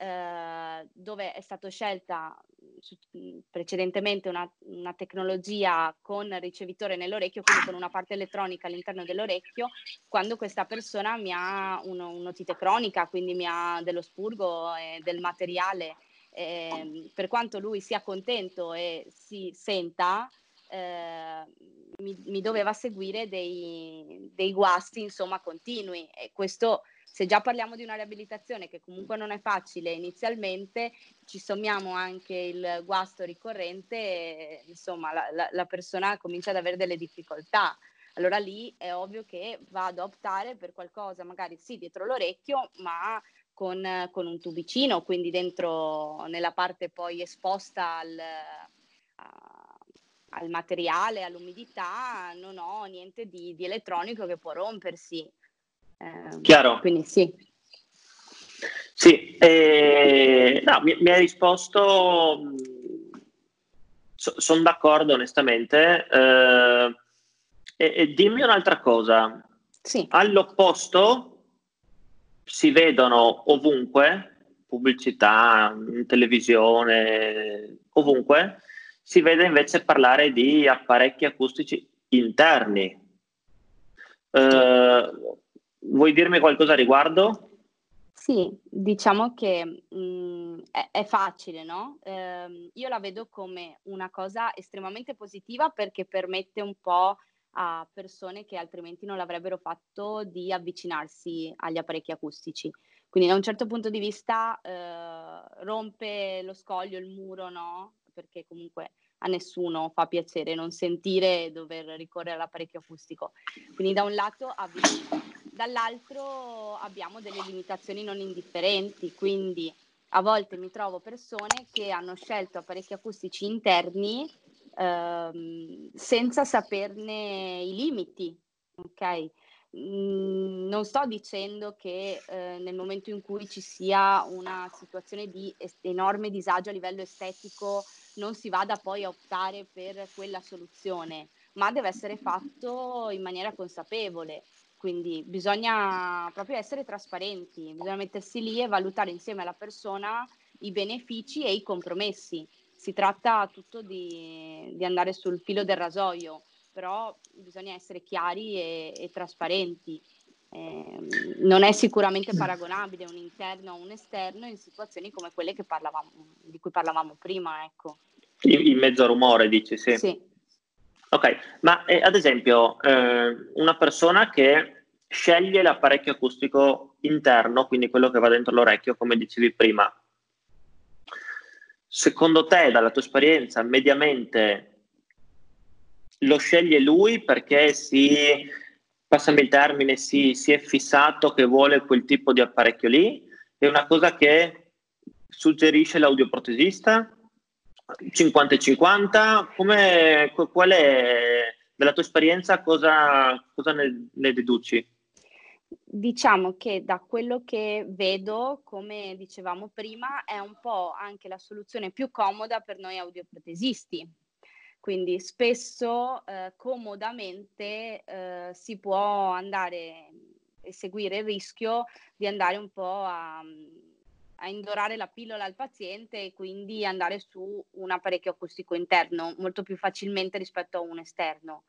dove è stato scelta precedentemente una tecnologia con ricevitore nell'orecchio, quindi con una parte elettronica all'interno dell'orecchio, quando questa persona mi ha un'otite cronica, quindi mi ha dello spurgo e del materiale. Per quanto lui sia contento e si senta, ehm, mi doveva seguire dei guasti insomma continui e questo, se già parliamo di una riabilitazione che comunque non è facile inizialmente, ci sommiamo anche il guasto ricorrente e insomma la persona comincia ad avere delle difficoltà. Allora lì è ovvio che vado a optare per qualcosa magari sì dietro l'orecchio, ma con un tubicino, quindi dentro nella parte poi esposta a al materiale, all'umidità, non ho niente di elettronico che può rompersi. Chiaro? Quindi sì. Sì, no, mi hai risposto, sono d'accordo onestamente. E dimmi un'altra cosa, Sì, all'opposto si vedono ovunque pubblicità, in televisione, ovunque, si vede invece parlare di apparecchi acustici interni. Vuoi dirmi qualcosa a riguardo? Sì, diciamo che è facile, no? Io la vedo come una cosa estremamente positiva perché permette un po' a persone che altrimenti non l'avrebbero fatto di avvicinarsi agli apparecchi acustici. Quindi da un certo punto di vista rompe lo scoglio, il muro, no? Perché comunque a nessuno fa piacere non sentire e dover ricorrere all'apparecchio acustico. Quindi da un lato avvicina. Dall'altro abbiamo delle limitazioni non indifferenti, quindi a volte mi trovo persone che hanno scelto apparecchi acustici interni senza saperne i limiti, ok? Non sto dicendo che nel momento in cui ci sia una situazione di enorme disagio a livello estetico non si vada poi a optare per quella soluzione, ma deve essere fatto in maniera consapevole. Quindi bisogna proprio essere trasparenti, bisogna mettersi lì e valutare insieme alla persona i benefici e i compromessi. Si tratta tutto di andare sul filo del rasoio, però bisogna essere chiari e trasparenti. Non è sicuramente paragonabile un interno a un esterno in situazioni come quelle di cui parlavamo prima, ecco. In mezzo a rumore, dici, sì. Sì. Ok, ma ad esempio una persona che sceglie l'apparecchio acustico interno, quindi quello che va dentro l'orecchio, come dicevi prima, secondo te, dalla tua esperienza, mediamente lo sceglie lui perché passami il termine, si è fissato che vuole quel tipo di apparecchio lì? È una cosa che suggerisce l'audioprotesista? 50-50? Qual è, della tua esperienza, cosa ne deduci? Diciamo che da quello che vedo, come dicevamo prima, è un po' anche la soluzione più comoda per noi audioprotesisti. Quindi spesso comodamente si può andare e seguire il rischio di andare un po' a indorare la pillola al paziente e quindi andare su un apparecchio acustico interno molto più facilmente rispetto a un esterno.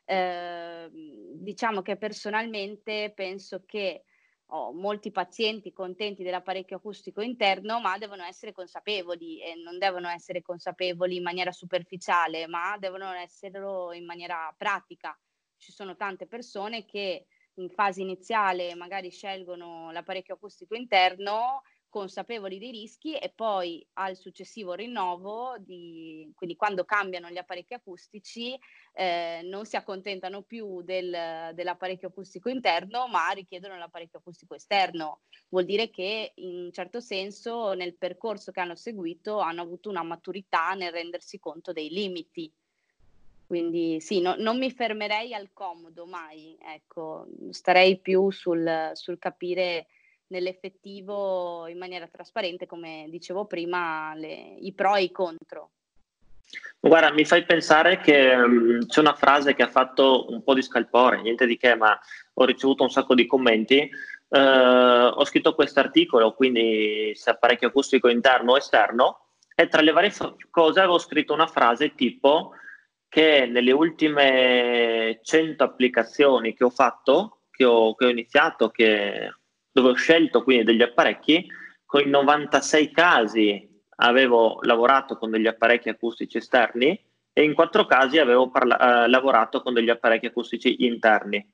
Diciamo che personalmente penso che ho molti pazienti contenti dell'apparecchio acustico interno, ma devono essere consapevoli e non devono essere consapevoli in maniera superficiale, ma devono esserlo in maniera pratica. Ci sono tante persone che in fase iniziale magari scelgono l'apparecchio acustico interno consapevoli dei rischi e poi al successivo rinnovo, quindi quando cambiano gli apparecchi acustici, non si accontentano più dell'apparecchio acustico interno, ma richiedono l'apparecchio acustico esterno. Vuol dire che in un certo senso nel percorso che hanno seguito hanno avuto una maturità nel rendersi conto dei limiti. Quindi sì, non mi fermerei al comodo mai, ecco, starei più sul capire nell'effettivo in maniera trasparente, come dicevo prima, i pro e i contro. Guarda, mi fai pensare che c'è una frase che ha fatto un po' di scalpore, niente di che, ma ho ricevuto un sacco di commenti. Ho scritto questo articolo, quindi se apparecchio acustico interno o esterno, e tra le varie cose avevo scritto una frase tipo che nelle ultime 100 applicazioni che ho fatto, che ho iniziato, dove ho scelto quindi degli apparecchi, con i 96 casi avevo lavorato con degli apparecchi acustici esterni e in 4 casi avevo lavorato con degli apparecchi acustici interni.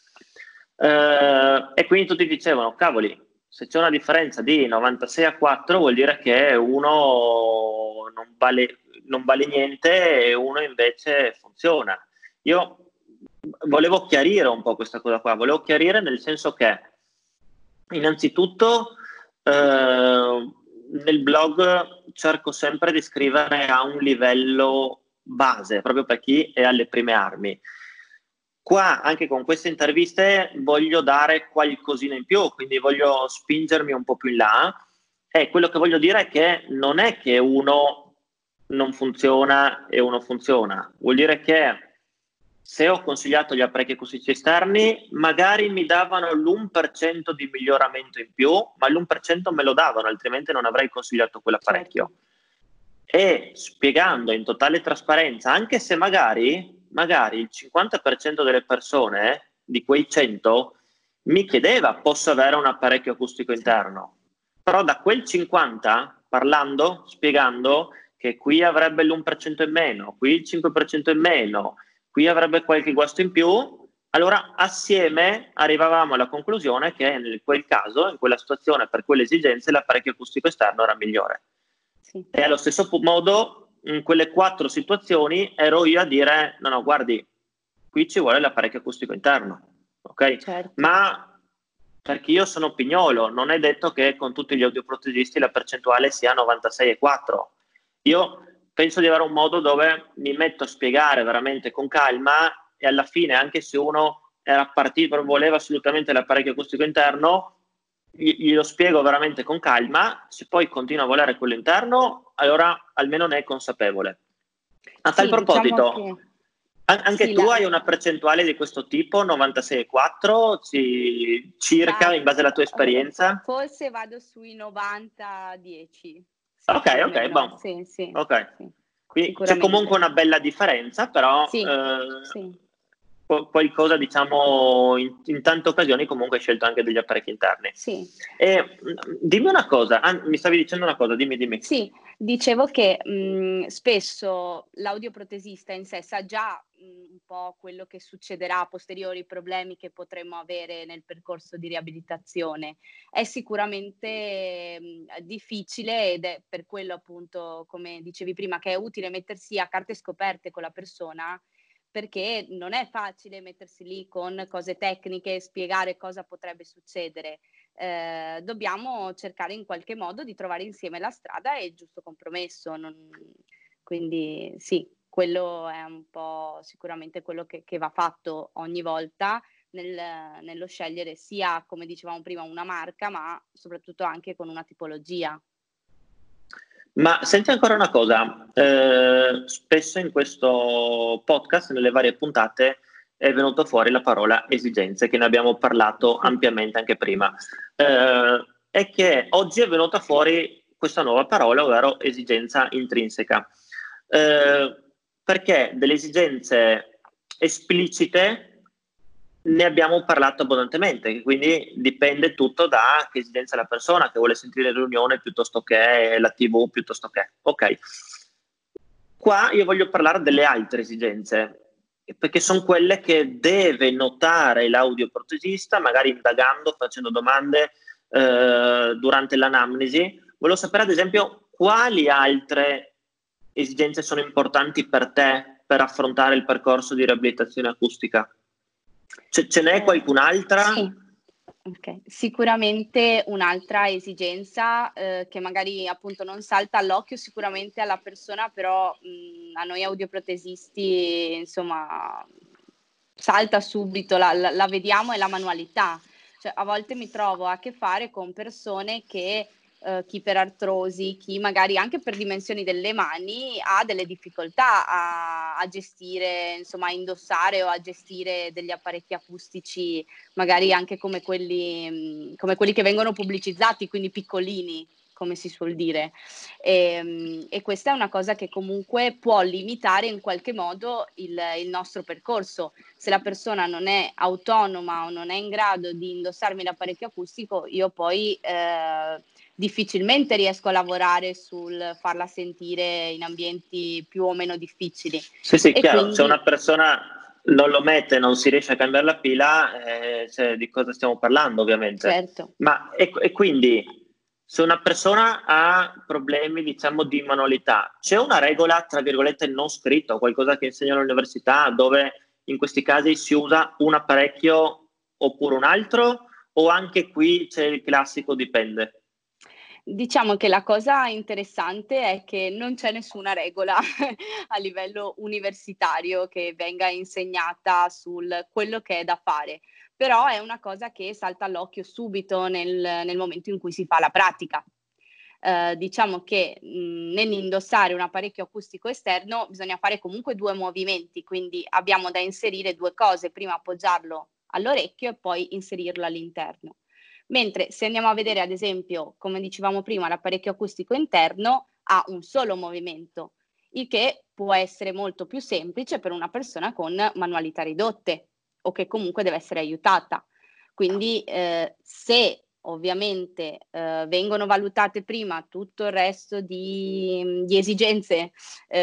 E quindi tutti dicevano, cavoli, se c'è una differenza di 96 a 4 vuol dire che uno non vale niente e uno invece funziona. Io volevo chiarire un po' questa cosa qua, volevo chiarire nel senso che innanzitutto nel blog cerco sempre di scrivere a un livello base, proprio per chi è alle prime armi. Qua, anche con queste interviste, voglio dare qualcosina in più, quindi voglio spingermi un po' più in là. E quello che voglio dire è che non è che uno non funziona e uno funziona. Vuol dire che se ho consigliato gli apparecchi acustici esterni, magari mi davano l'1% di miglioramento in più, ma l'1% me lo davano, altrimenti non avrei consigliato quell'apparecchio. Certo. E spiegando in totale trasparenza, anche se magari il 50% delle persone, di quei 100, mi chiedeva: posso avere un apparecchio acustico interno? Però da quel 50, parlando, spiegando che qui avrebbe l'1% in meno, qui il 5% in meno, qui avrebbe qualche guasto in più, allora assieme arrivavamo alla conclusione che in quel caso, in quella situazione, per quelle esigenze, l'apparecchio acustico esterno era migliore. Sì. E allo stesso modo, in quelle 4 situazioni, ero io a dire: no, guardi, qui ci vuole l'apparecchio acustico interno, ok? Certo. Ma perché io sono pignolo, non è detto che con tutti gli audioprotesisti la percentuale sia 96,4. Io penso di avere un modo dove mi metto a spiegare veramente con calma, e alla fine, anche se uno era partito, voleva assolutamente l'apparecchio acustico interno, glielo spiego veramente con calma. Se poi continua a volere quello interno, allora almeno ne è consapevole. A tal Sì, diciamo proposito, che anche sì, tu hai una percentuale di questo tipo, 96,4, circa, in base alla tua esperienza? forse vado sui 90-10, sì, Ok, più o ok, meno, bon. sì, Ok. sì, Quindi c'è comunque sicuramente. una bella differenza, però Sì, sì. qualcosa, diciamo, in tante occasioni comunque hai scelto anche degli apparecchi interni. Sì. E dimmi una cosa, mi stavi dicendo una cosa, dimmi. Sì, dicevo che spesso l'audioprotesista in sé sa già un po' quello che succederà a posteriori, i problemi che potremmo avere nel percorso di riabilitazione. È sicuramente difficile, ed è per quello, appunto, come dicevi prima, che è utile mettersi a carte scoperte con la persona, perché non è facile mettersi lì con cose tecniche e spiegare cosa potrebbe succedere. Dobbiamo cercare in qualche modo di trovare insieme la strada e il giusto compromesso. Quindi sì, quello è un po' sicuramente quello che va fatto ogni volta nello scegliere sia, come dicevamo prima, una marca, ma soprattutto anche con una tipologia. Ma senti ancora una cosa, spesso in questo podcast, nelle varie puntate, è venuto fuori la parola esigenze, che ne abbiamo parlato Sì. ampiamente anche prima. È che oggi è venuta fuori questa nuova parola, ovvero esigenza intrinseca. Perché delle esigenze esplicite ne abbiamo parlato abbondantemente, quindi dipende tutto da che esigenza la persona, che vuole sentire la riunione piuttosto che la TV, piuttosto che. Ok. Qua io voglio parlare delle altre esigenze, perché sono quelle che deve notare l'audioprotesista, magari indagando, facendo domande durante l'anamnesi. Volevo sapere, ad esempio, quali altre esigenze sono importanti per te per affrontare il percorso di riabilitazione acustica. Ce n'è qualcun'altra? Sì, okay. Sicuramente un'altra esigenza, che magari appunto non salta all'occhio sicuramente alla persona, però, a noi audioprotesisti insomma salta subito, la vediamo, è la manualità. Cioè a volte mi trovo a che fare con persone che, chi per artrosi, chi magari anche per dimensioni delle mani, ha delle difficoltà a gestire, insomma a indossare o a gestire degli apparecchi acustici, magari anche come quelli che vengono pubblicizzati, quindi piccolini, come si suol dire. E questa è una cosa che comunque può limitare in qualche modo il nostro percorso. Se la persona non è autonoma o non è in grado di indossarmi l'apparecchio acustico, io poi difficilmente riesco a lavorare sul farla sentire in ambienti più o meno difficili. Sì, E chiaro, se quindi una persona non lo mette, non si riesce a cambiare la pila, di cosa stiamo parlando, ovviamente. certo. Ma e quindi, se una persona ha problemi, diciamo, di manualità, c'è una regola, tra virgolette, non scritta, o qualcosa che insegna all'università, dove in questi casi si usa un apparecchio oppure un altro, o anche qui c'è il classico dipende? Diciamo che la cosa interessante è che non c'è nessuna regola a livello universitario che venga insegnata sul quello che è da fare, però è una cosa che salta all'occhio subito nel momento in cui si fa la pratica. diciamo che nell'indossare un apparecchio acustico esterno bisogna fare comunque 2 movimenti, quindi abbiamo da inserire 2 cose, prima appoggiarlo all'orecchio e poi inserirlo all'interno. Mentre se andiamo a vedere ad esempio, come dicevamo prima, l'apparecchio acustico interno ha un solo movimento, il che può essere molto più semplice per una persona con manualità ridotte o che comunque deve essere aiutata. Quindi se ovviamente vengono valutate prima tutto il resto di esigenze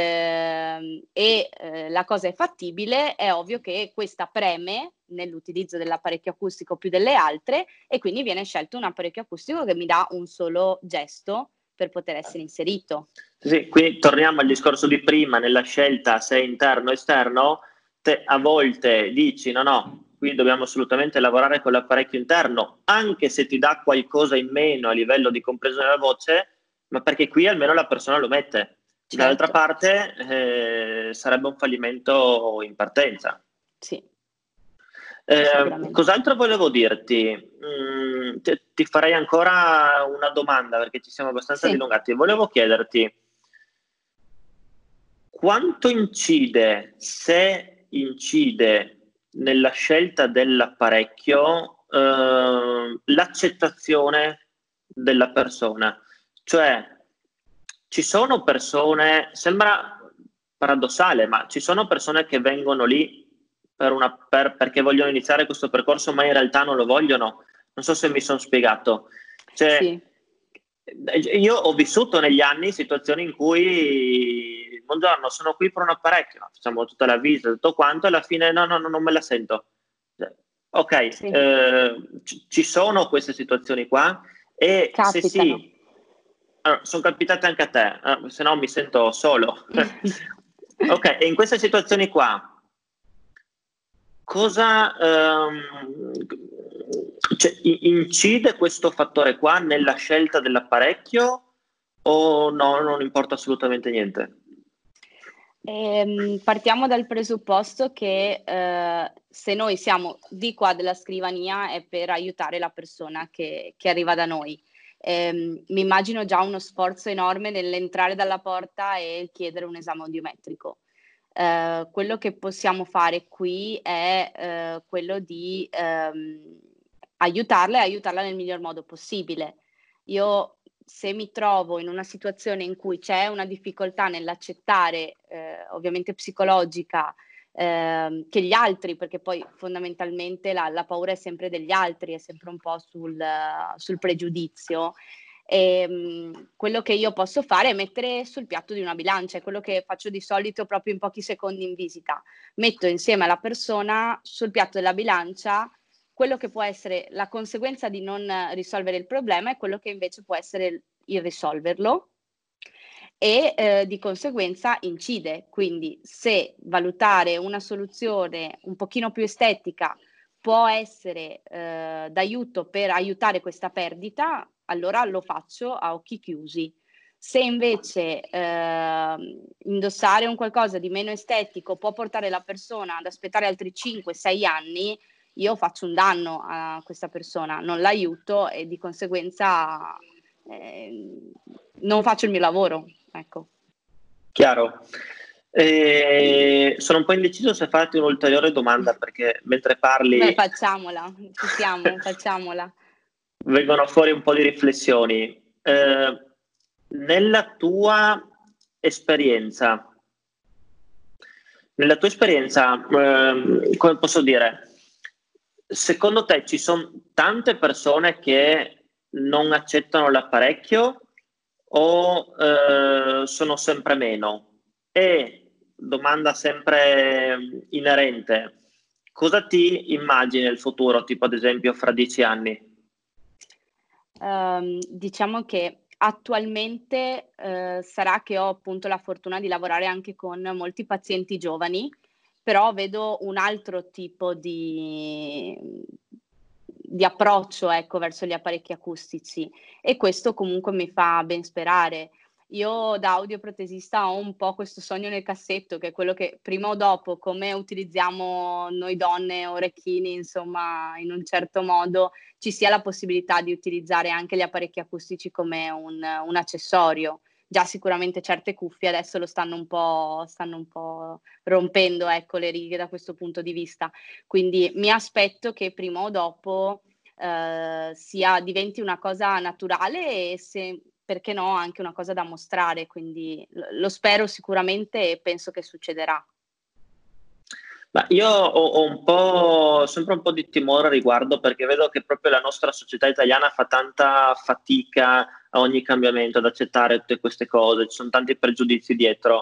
e la cosa è fattibile, è ovvio che questa preme nell'utilizzo dell'apparecchio acustico più delle altre e quindi viene scelto un apparecchio acustico che mi dà un solo gesto per poter essere inserito. Sì, quindi torniamo al discorso di prima, nella scelta se interno o esterno, te a volte dici no, qui dobbiamo assolutamente lavorare con l'apparecchio interno, anche se ti dà qualcosa in meno a livello di comprensione della voce, ma perché qui almeno la persona lo mette. Certo. Dall'altra parte sarebbe un fallimento in partenza. Sì. Cos'altro volevo dirti? Ti farei ancora una domanda perché ci siamo abbastanza dilungati. Volevo chiederti quanto incide, se incide nella scelta dell'apparecchio l'accettazione della persona. Cioè, ci sono persone, sembra paradossale, ma ci sono persone che vengono lì perché vogliono iniziare questo percorso, ma in realtà non lo vogliono. Non so se mi sono spiegato. Cioè, sì. Io ho vissuto negli anni situazioni in cui buongiorno, sono qui per un apparecchio, facciamo tutta la visita, tutto quanto, e alla fine no, non me la sento. Ok, Sì. ci sono queste situazioni qua e Capitano. se sì, allora, sono capitate anche a te, se no mi sento solo. Ok, e in queste situazioni qua cosa cioè, incide questo fattore qua nella scelta dell'apparecchio o no, non importa assolutamente niente? Partiamo dal presupposto che se noi siamo di qua della scrivania è per aiutare la persona che arriva da noi. Mi immagino già uno sforzo enorme nell'entrare dalla porta e chiedere un esame audiometrico. Quello che possiamo fare qui è quello di aiutarla e aiutarla nel miglior modo possibile. Io se mi trovo in una situazione in cui c'è una difficoltà nell'accettare, ovviamente psicologica, che gli altri, perché poi fondamentalmente la paura è sempre degli altri, è sempre un po' sul pregiudizio. Quello che io posso fare è mettere sul piatto di una bilancia, è quello che faccio di solito proprio in pochi secondi in visita. Metto insieme alla persona sul piatto della bilancia quello che può essere la conseguenza di non risolvere il problema e quello che invece può essere il risolverlo e di conseguenza incide. Quindi se valutare una soluzione un pochino più estetica può essere d'aiuto per aiutare questa perdita, allora lo faccio a occhi chiusi. Se invece indossare un qualcosa di meno estetico può portare la persona ad aspettare altri 5-6 anni, io faccio un danno a questa persona, non l'aiuto e di conseguenza non faccio il mio lavoro. Ecco. Chiaro. Sono un po' indeciso se farti un'ulteriore domanda perché mentre parli... Beh, facciamola, ci siamo, facciamola. Vengono fuori un po' di riflessioni. Nella tua esperienza, come posso dire, secondo te ci sono tante persone che non accettano l'apparecchio o sono sempre meno? E domanda sempre inerente, cosa ti immagini nel futuro, tipo ad esempio fra 10 anni? Diciamo che attualmente sarà che ho appunto la fortuna di lavorare anche con molti pazienti giovani, però vedo un altro tipo di approccio, ecco, verso gli apparecchi acustici e questo comunque mi fa ben sperare. io da audioprotesista ho un po' questo sogno nel cassetto, che è quello che prima o dopo, come utilizziamo noi donne orecchini, insomma, in un certo modo, ci sia la possibilità di utilizzare anche gli apparecchi acustici come un accessorio. Già sicuramente certe cuffie adesso lo stanno un po' rompendo, ecco, le righe da questo punto di vista. Quindi mi aspetto che prima o dopo diventi una cosa naturale e se perché no, anche una cosa da mostrare, quindi lo spero sicuramente e penso che succederà. Ma io ho sempre un po' di timore a riguardo, perché vedo che proprio la nostra società italiana fa tanta fatica a ogni cambiamento, ad accettare tutte queste cose, ci sono tanti pregiudizi dietro.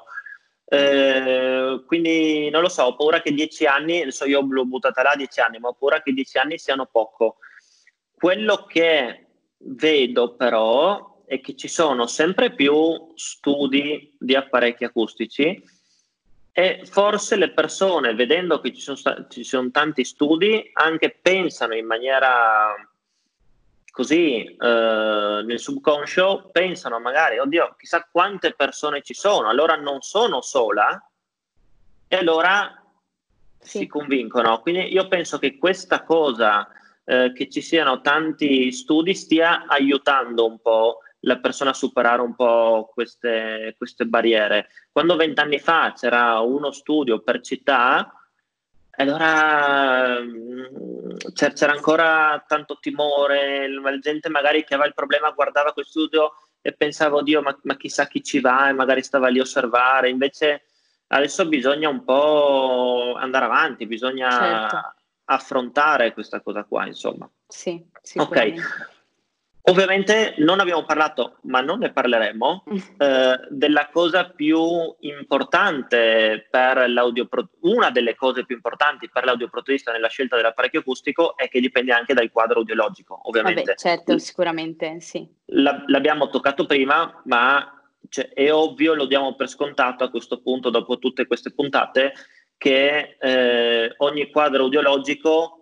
Quindi non lo so, ho paura che 10 anni, adesso io l'ho buttata là 10 anni, ma ho paura che 10 anni siano poco. Quello che vedo però è che ci sono sempre più studi di apparecchi acustici e forse le persone, vedendo che ci sono tanti studi, anche pensano in maniera così nel subconscio, pensano magari, oddio, chissà quante persone ci sono, allora non sono sola, e allora si convincono. Quindi io penso che questa cosa, che ci siano tanti studi, stia aiutando un po' la persona a superare un po' queste barriere. Quando 20 anni fa c'era uno studio per città, allora c'era ancora tanto timore, la gente magari che aveva il problema guardava quel studio e pensava, oddio, ma chissà chi ci va, e magari stava lì a osservare. Invece adesso bisogna un po' andare avanti, bisogna affrontare questa cosa qua, insomma. Sì, sicuramente. Ok. Ovviamente non abbiamo parlato, ma non ne parleremo, della cosa più importante per una delle cose più importanti per l'audioprotesista nella scelta dell'apparecchio acustico è che dipende anche dal quadro audiologico, ovviamente. Vabbè, certo, sicuramente, sì. L'abbiamo toccato prima, ma è ovvio, lo diamo per scontato a questo punto, dopo tutte queste puntate, che ogni quadro audiologico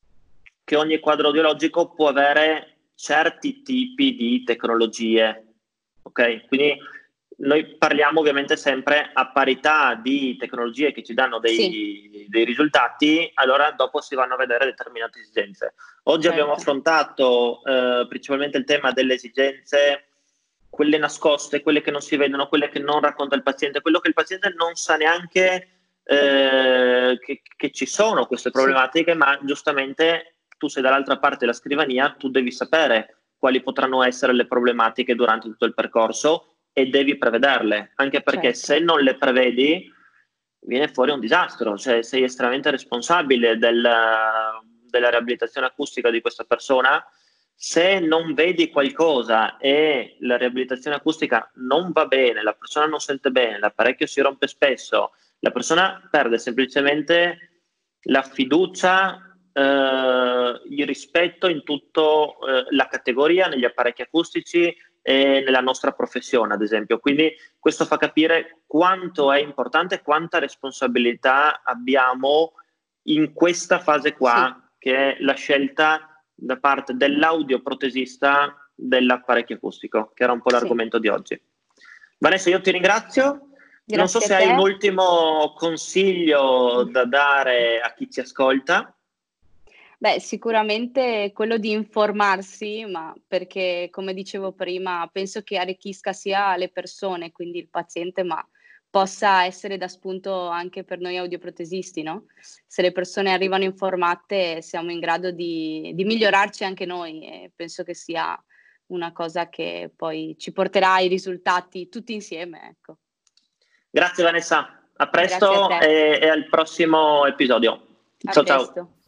può avere certi tipi di tecnologie, ok? Quindi noi parliamo ovviamente sempre a parità di tecnologie che ci danno dei risultati, allora dopo si vanno a vedere determinate esigenze. Oggi abbiamo affrontato principalmente il tema delle esigenze, quelle nascoste, quelle che non si vedono, quelle che non racconta il paziente, quello che il paziente non sa neanche che ci sono queste problematiche, ma giustamente tu sei dall'altra parte della scrivania, tu devi sapere quali potranno essere le problematiche durante tutto il percorso e devi prevederle, anche perché se non le prevedi viene fuori un disastro, cioè sei estremamente responsabile della riabilitazione acustica di questa persona. Se non vedi qualcosa e la riabilitazione acustica non va bene, la persona non sente bene, l'apparecchio si rompe spesso, la persona perde semplicemente la fiducia, il rispetto in tutta la categoria, negli apparecchi acustici e nella nostra professione, ad esempio. Quindi questo fa capire quanto è importante, quanta responsabilità abbiamo in questa fase qua, che è la scelta da parte dell'audioprotesista dell'apparecchio acustico, che era un po' l'argomento di oggi. Vanessa, io ti ringrazio. Non so se hai un ultimo consiglio da dare a chi ci ascolta. Beh, sicuramente quello di informarsi, ma perché, come dicevo prima, penso che arricchisca sia le persone, quindi il paziente, ma possa essere da spunto anche per noi audioprotesisti, no? Se le persone arrivano informate siamo in grado di migliorarci anche noi e penso che sia una cosa che poi ci porterà ai risultati tutti insieme, ecco. Grazie Vanessa, a presto e al prossimo episodio. Ciao ciao.